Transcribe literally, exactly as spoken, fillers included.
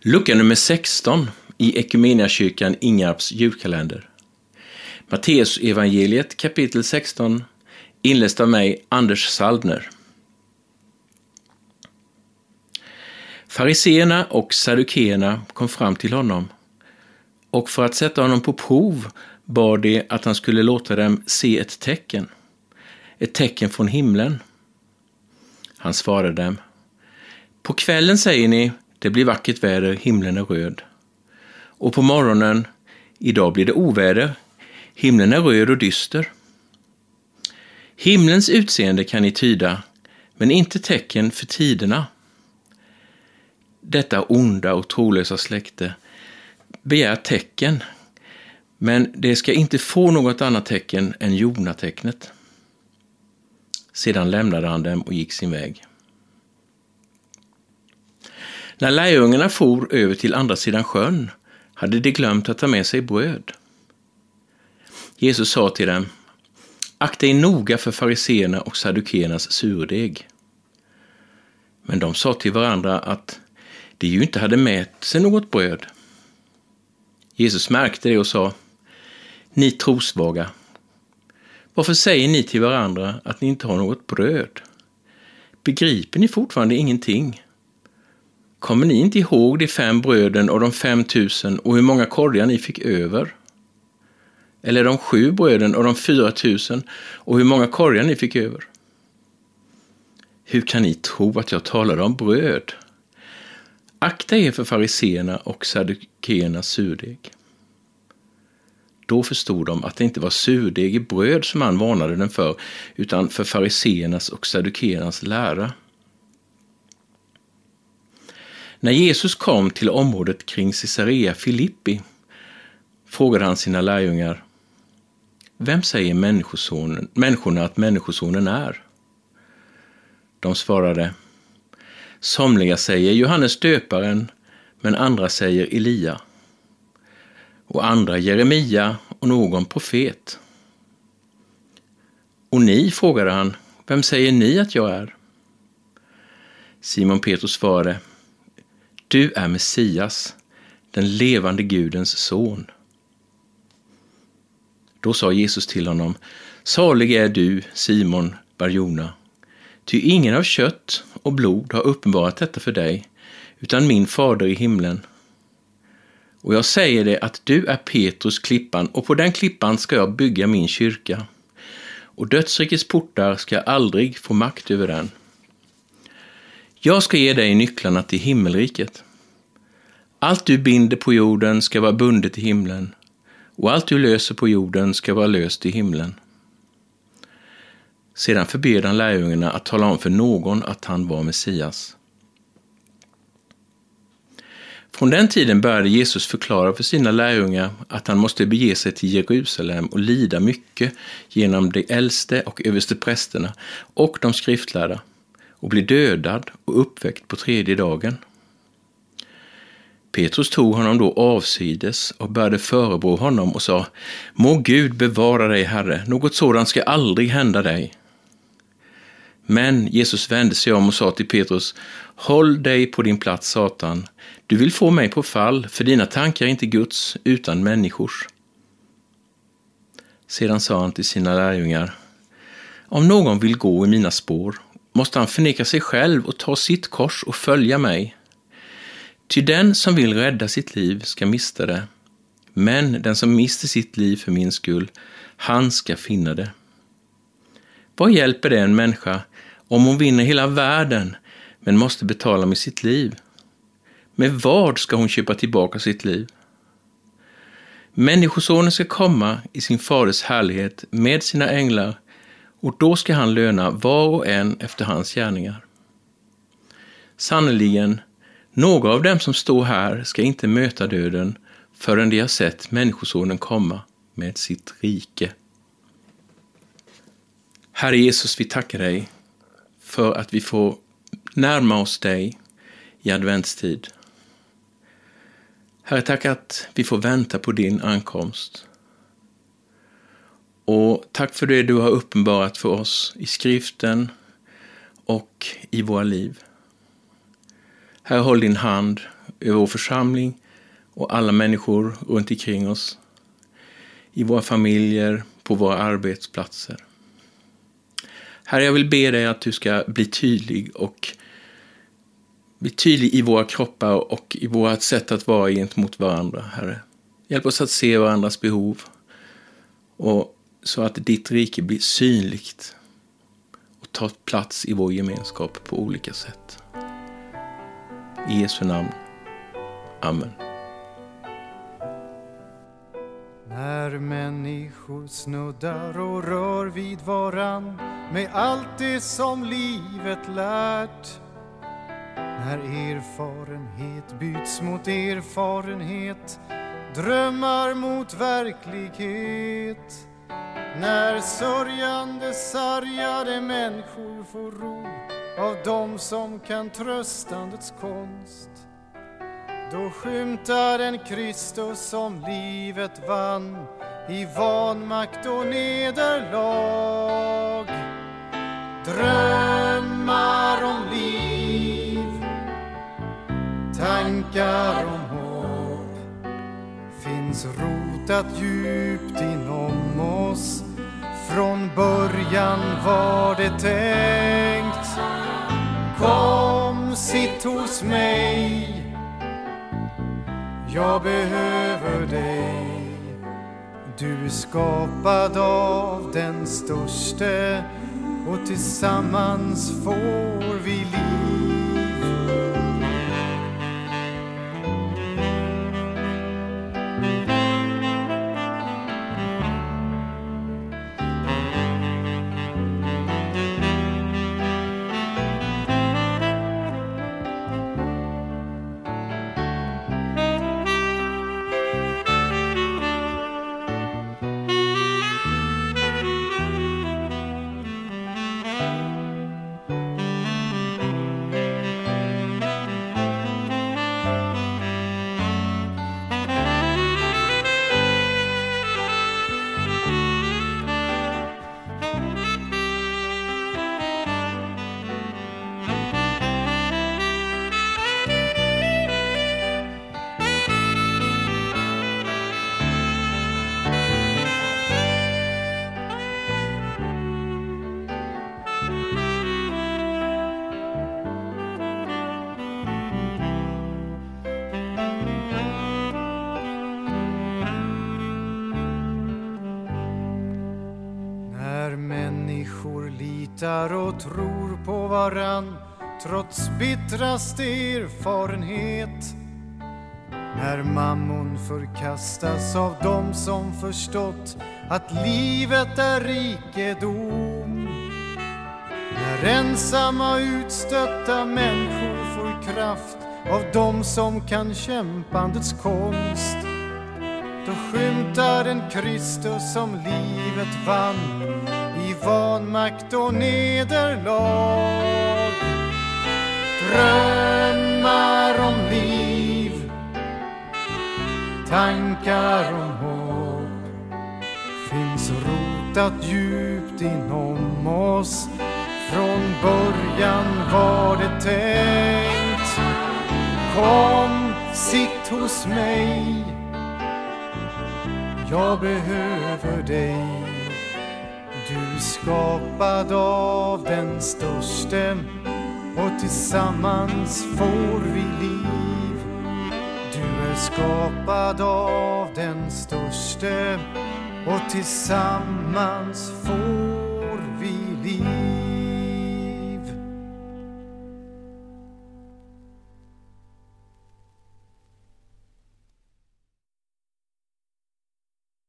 Lucka nummer sexton i Ekumeniakyrkan Ingarps julkalender. Matteus evangeliet kapitel sexton, inläst av mig, Anders Saldner. Fariseerna och saddukeerna kom fram till honom, och för att sätta honom på prov bad de att han skulle låta dem se ett tecken, ett tecken från himlen. Han svarade dem: på kvällen säger ni, det blir vackert väder, himlen är röd. Och på morgonen, idag blir det oväder, himlen är röd och dyster. Himlens utseende kan ni tyda, men inte tecken för tiderna. Detta onda och trolösa släkte begär tecken, men det ska inte få något annat tecken än Jona-tecknet. Sedan lämnade han dem och gick sin väg. När lärjungarna for över till andra sidan sjön hade de glömt att ta med sig bröd. Jesus sa till dem: akta er noga för fariseerna och saddukeernas surdeg. Men de sa till varandra att de ju inte hade med sig något bröd. Jesus märkte det och sa: ni trosvaga, varför säger ni till varandra att ni inte har något bröd? Begriper ni fortfarande ingenting? Kommer ni inte ihåg de fem bröden och de fem tusen och hur många korgar ni fick över? Eller de sju bröden och de fyra tusen och hur många korgar ni fick över? Hur kan ni tro att jag talade om bröd? Akta er för fariseerna och saddukeernas surdeg. Då förstod de att det inte var surdeg i bröd som han varnade dem för, utan för fariseernas och saddukeernas lära. När Jesus kom till området kring Caesarea Filippi frågade han sina lärjungar: vem säger människosonen, människorna att människosonen är? De svarade: somliga säger Johannes döparen, men andra säger Elia, och andra Jeremia och någon profet. Och ni, frågade han, vem säger ni att jag är? Simon Petrus svarade: du är Messias, den levande Gudens son. Då sa Jesus till honom: salig är du, Simon Barjona, ty ingen av kött och blod har uppenbarat detta för dig, utan min fader i himlen. Och jag säger det att du är Petrus klippan, och på den klippan ska jag bygga min kyrka, och dödsrikets portar ska aldrig få makt över den. Jag ska ge dig nycklarna till himmelriket. Allt du binder på jorden ska vara bundet i himlen, och allt du löser på jorden ska vara löst i himlen. Sedan förbjöd han lärjungarna att tala om för någon att han var Messias. Från den tiden började Jesus förklara för sina lärjungar att han måste bege sig till Jerusalem och lida mycket genom de äldste och översteprästerna och de skriftlärda, och bli dödad och uppväckt på tredje dagen. Petrus tog honom då avsides och började förebrå honom och sa: må Gud bevara dig, Herre, något sådant ska aldrig hända dig. Men Jesus vände sig om och sa till Petrus: håll dig på din plats, Satan. Du vill få mig på fall, för dina tankar är inte Guds utan människors. Sedan sa han till sina lärjungar: om någon vill gå i mina spår måste han förneka sig själv och ta sitt kors och följa mig. Ty den som vill rädda sitt liv ska mista det, men den som mister sitt liv för min skull, han ska finna det. Vad hjälper det en människa om hon vinner hela världen men måste betala med sitt liv? Med vad ska hon köpa tillbaka sitt liv? Människosonen ska komma i sin faders härlighet med sina änglar, och då ska han löna var och en efter hans gärningar. Sannoliken, några av dem som står här ska inte möta döden förrän de har sett människosonen komma med sitt rike. Herre Jesus, vi tackar dig för att vi får närma oss dig i adventstid. Herre, tack att vi får vänta på din ankomst. Och tack för det du har uppenbarat för oss i skriften och i våra liv. Herre, håll din hand över vår församling och alla människor runt omkring oss, i våra familjer, på våra arbetsplatser. Herre, jag vill be dig att du ska bli tydlig och bli tydlig i våra kroppar och i vårt sätt att vara gentemot varandra, Herre. Hjälp oss att se varandras behov och så att ditt rike blir synligt och tar plats i vår gemenskap på olika sätt. I Jesu namn. Amen. När människor snuddar och rör vid varann med allt det som livet lärt, när erfarenhet byts mot erfarenhet, drömmar mot verklighet, när sörjande, sargade människor får ro av dem som kan tröstandets konst, då skymtar en Kristus som livet vann i vanmakt och nederlag. Drömmar om liv, tankar om hopp, finns rotat djupt inom oss. Från början var det tänkt, kom, sitt hos mig, jag behöver dig. Du är skapad av den störste och tillsammans får vi liv. Och tror på varann trots bittraste erfarenhet, när mammon förkastas av dem som förstått att livet är rikedom, när ensamma utstötta människor får kraft av dem som kan kämpandets konst, då skymtar en Kristus som livet vann i vanmakt och nederlag. Drömmar om liv, tankar om hopp, finns rotat djupt inom oss. Från början var det tänkt, kom, sitt hos mig, jag behöver dig. Du är skapad av den störste och tillsammans får vi liv. Du är skapad av den störste och tillsammans får